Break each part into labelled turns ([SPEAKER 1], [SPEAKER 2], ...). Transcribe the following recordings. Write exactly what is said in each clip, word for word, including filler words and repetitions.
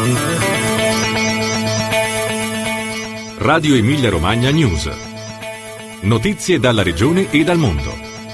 [SPEAKER 1] Radio Emilia Romagna News. Notizie dalla regione e dal mondo.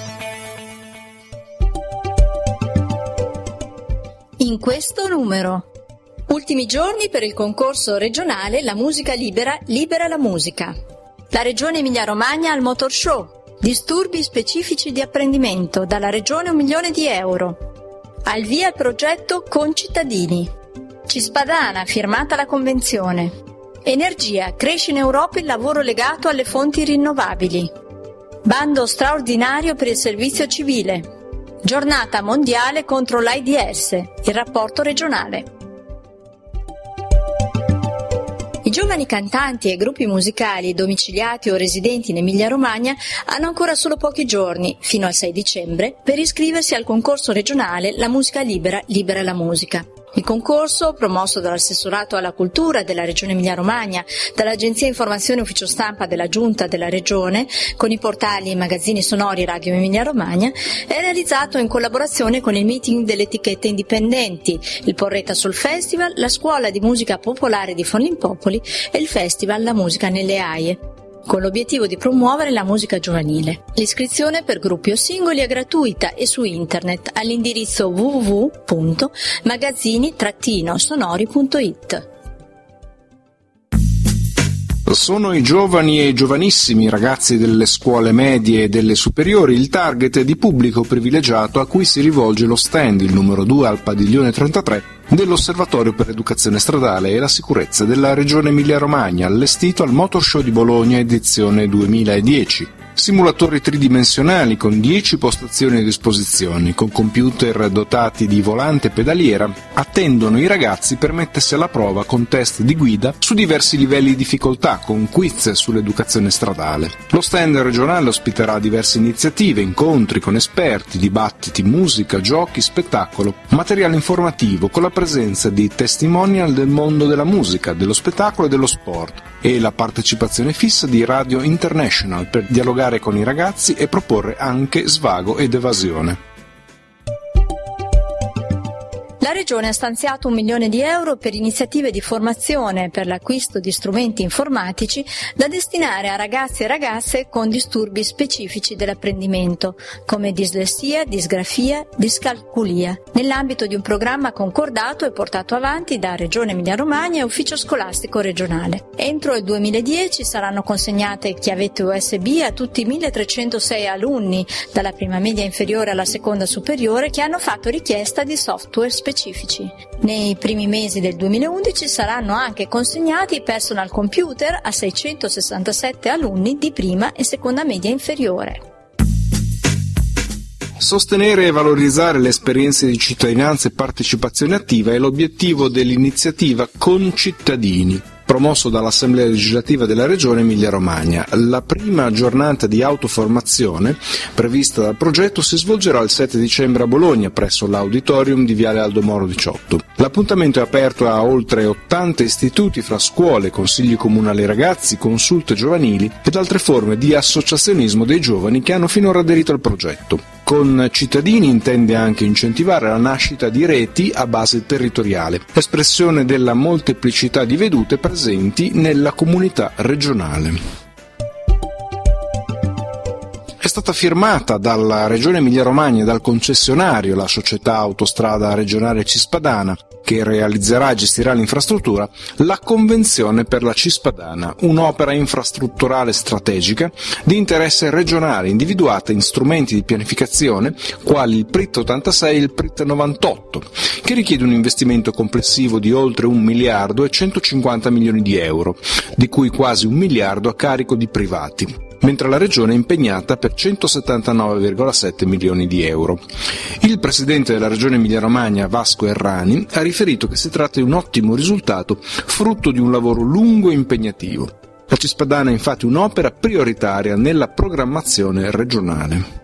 [SPEAKER 2] In questo numero. Ultimi giorni per il concorso regionale La musica libera, libera la musica. La regione Emilia Romagna al Motor Show. Disturbi specifici di apprendimento, dalla regione un milione di euro. Al via il progetto Concittadini. Cispadana, firmata la convenzione. Energia, cresce in Europa il lavoro legato alle fonti rinnovabili. Bando straordinario per il servizio civile. Giornata mondiale contro l'AIDS, il rapporto regionale. I giovani cantanti e gruppi musicali domiciliati o residenti in Emilia-Romagna hanno ancora solo pochi giorni, fino al sei dicembre, per iscriversi al concorso regionale La musica libera, libera la musica. Il concorso, promosso dall'Assessorato alla Cultura della Regione Emilia-Romagna, dall'Agenzia Informazione Ufficio Stampa della Giunta della Regione, con i portali e i magazzini sonori Radio Emilia-Romagna, è realizzato in collaborazione con il meeting delle etichette indipendenti, il Porretta Soul Festival, la Scuola di Musica Popolare di Forlimpopoli e il Festival La Musica nelle Aie, con l'obiettivo di promuovere la musica giovanile. L'iscrizione per gruppi o singoli è gratuita e su internet all'indirizzo w w w punto magazzini sonori punto i t.
[SPEAKER 3] Sono i giovani e i giovanissimi ragazzi delle scuole medie e delle superiori il target di pubblico privilegiato a cui si rivolge lo stand, il numero due al padiglione trentatré, dell'Osservatorio per l'Educazione Stradale e la Sicurezza della Regione Emilia-Romagna, allestito al Motor Show di Bologna edizione duemiladieci. Simulatori tridimensionali con dieci postazioni a disposizione, con computer dotati di volante e pedaliera, attendono i ragazzi per mettersi alla prova con test di guida su diversi livelli di difficoltà, con quiz sull'educazione stradale. Lo stand regionale ospiterà diverse iniziative, incontri con esperti, dibattiti, musica, giochi, spettacolo, materiale informativo con la presenza di testimonial del mondo della musica, dello spettacolo e dello sport e la partecipazione fissa di Radio International per dialogare con i ragazzi e proporre anche svago ed evasione.
[SPEAKER 2] La Regione ha stanziato un milione di euro per iniziative di formazione per l'acquisto di strumenti informatici da destinare a ragazzi e ragazze con disturbi specifici dell'apprendimento, come dislessia, disgrafia, discalculia, nell'ambito di un programma concordato e portato avanti da Regione Emilia-Romagna e Ufficio Scolastico Regionale. Entro il duemiladieci saranno consegnate chiavette U S B a tutti i milletrecentosei alunni, dalla prima media inferiore alla seconda superiore, che hanno fatto richiesta di software specifici. Nei primi mesi del duemilaundici saranno anche consegnati personal computer a seicentosessantasette alunni di prima e seconda media inferiore.
[SPEAKER 3] Sostenere e valorizzare le esperienze di cittadinanza e partecipazione attiva è l'obiettivo dell'iniziativa Concittadini, promosso dall'Assemblea legislativa della Regione Emilia-Romagna. La prima giornata di autoformazione prevista dal progetto si svolgerà il sette dicembre a Bologna presso l'Auditorium di Viale Aldo Moro diciotto. L'appuntamento è aperto a oltre ottanta istituti fra scuole, consigli comunali ragazzi, consulte giovanili ed altre forme di associazionismo dei giovani che hanno finora aderito al progetto. Con cittadini intende anche incentivare la nascita di reti a base territoriale, espressione della molteplicità di vedute presenti nella comunità regionale. È stata firmata dalla Regione Emilia-Romagna e dal concessionario, la società Autostrada Regionale Cispadana, che realizzerà e gestirà l'infrastruttura, la Convenzione per la Cispadana, un'opera infrastrutturale strategica di interesse regionale individuata in strumenti di pianificazione quali il P R I T ottantasei e il P R I T novantotto, che richiede un investimento complessivo di oltre un miliardo e centocinquanta milioni di euro, di cui quasi un miliardo a carico di privati, mentre la Regione è impegnata per centosettantanove virgola sette milioni di euro. Il presidente della Regione Emilia-Romagna, Vasco Errani, ha riferito che si tratta di un ottimo risultato, frutto di un lavoro lungo e impegnativo. La Cispadana è infatti un'opera prioritaria nella programmazione regionale.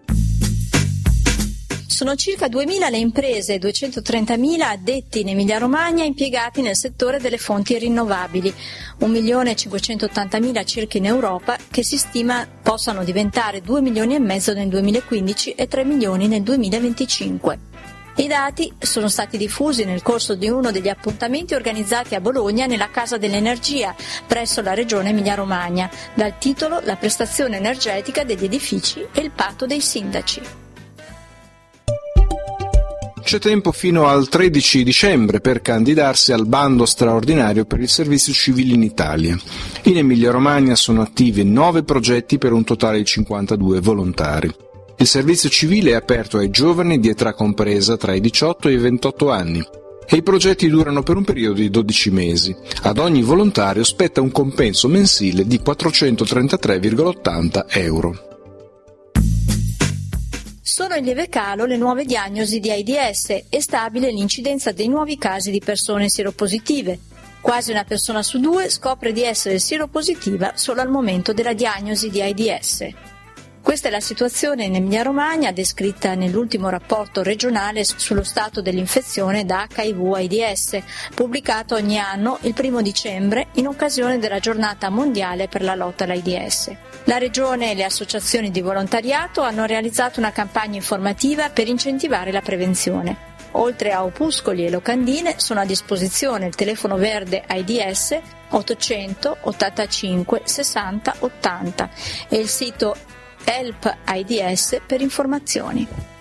[SPEAKER 2] Sono circa duemila le imprese e duecentotrentamila addetti in Emilia-Romagna impiegati nel settore delle fonti rinnovabili, un milione cinquecentottantamila circa in Europa, che si stima possano diventare due milioni e mezzo nel duemilaquindici e tre milioni nel duemilaventicinque. I dati sono stati diffusi nel corso di uno degli appuntamenti organizzati a Bologna nella Casa dell'Energia presso la Regione Emilia-Romagna, dal titolo La prestazione energetica degli edifici e il patto dei sindaci.
[SPEAKER 3] C'è tempo fino al tredici dicembre per candidarsi al bando straordinario per il servizio civile in Italia. In Emilia-Romagna sono attivi nove progetti per un totale di cinquantadue volontari. Il servizio civile è aperto ai giovani di età compresa tra i diciotto e i ventotto anni e i progetti durano per un periodo di dodici mesi. Ad ogni volontario spetta un compenso mensile di quattrocentotrentatré virgola ottanta euro.
[SPEAKER 2] Sono in lieve calo le nuove diagnosi di AIDS e stabile l'incidenza dei nuovi casi di persone sieropositive. Quasi una persona su due scopre di essere sieropositiva solo al momento della diagnosi di AIDS. Questa è la situazione in Emilia-Romagna descritta nell'ultimo rapporto regionale sullo stato dell'infezione da acca i vu AIDS, pubblicato ogni anno il primo dicembre in occasione della giornata mondiale per la lotta all'AIDS. La Regione e le associazioni di volontariato hanno realizzato una campagna informativa per incentivare la prevenzione. Oltre a opuscoli e locandine sono a disposizione il telefono verde AIDS ottocento ottantacinque sessanta ottanta e il sito Help AIDS per informazioni.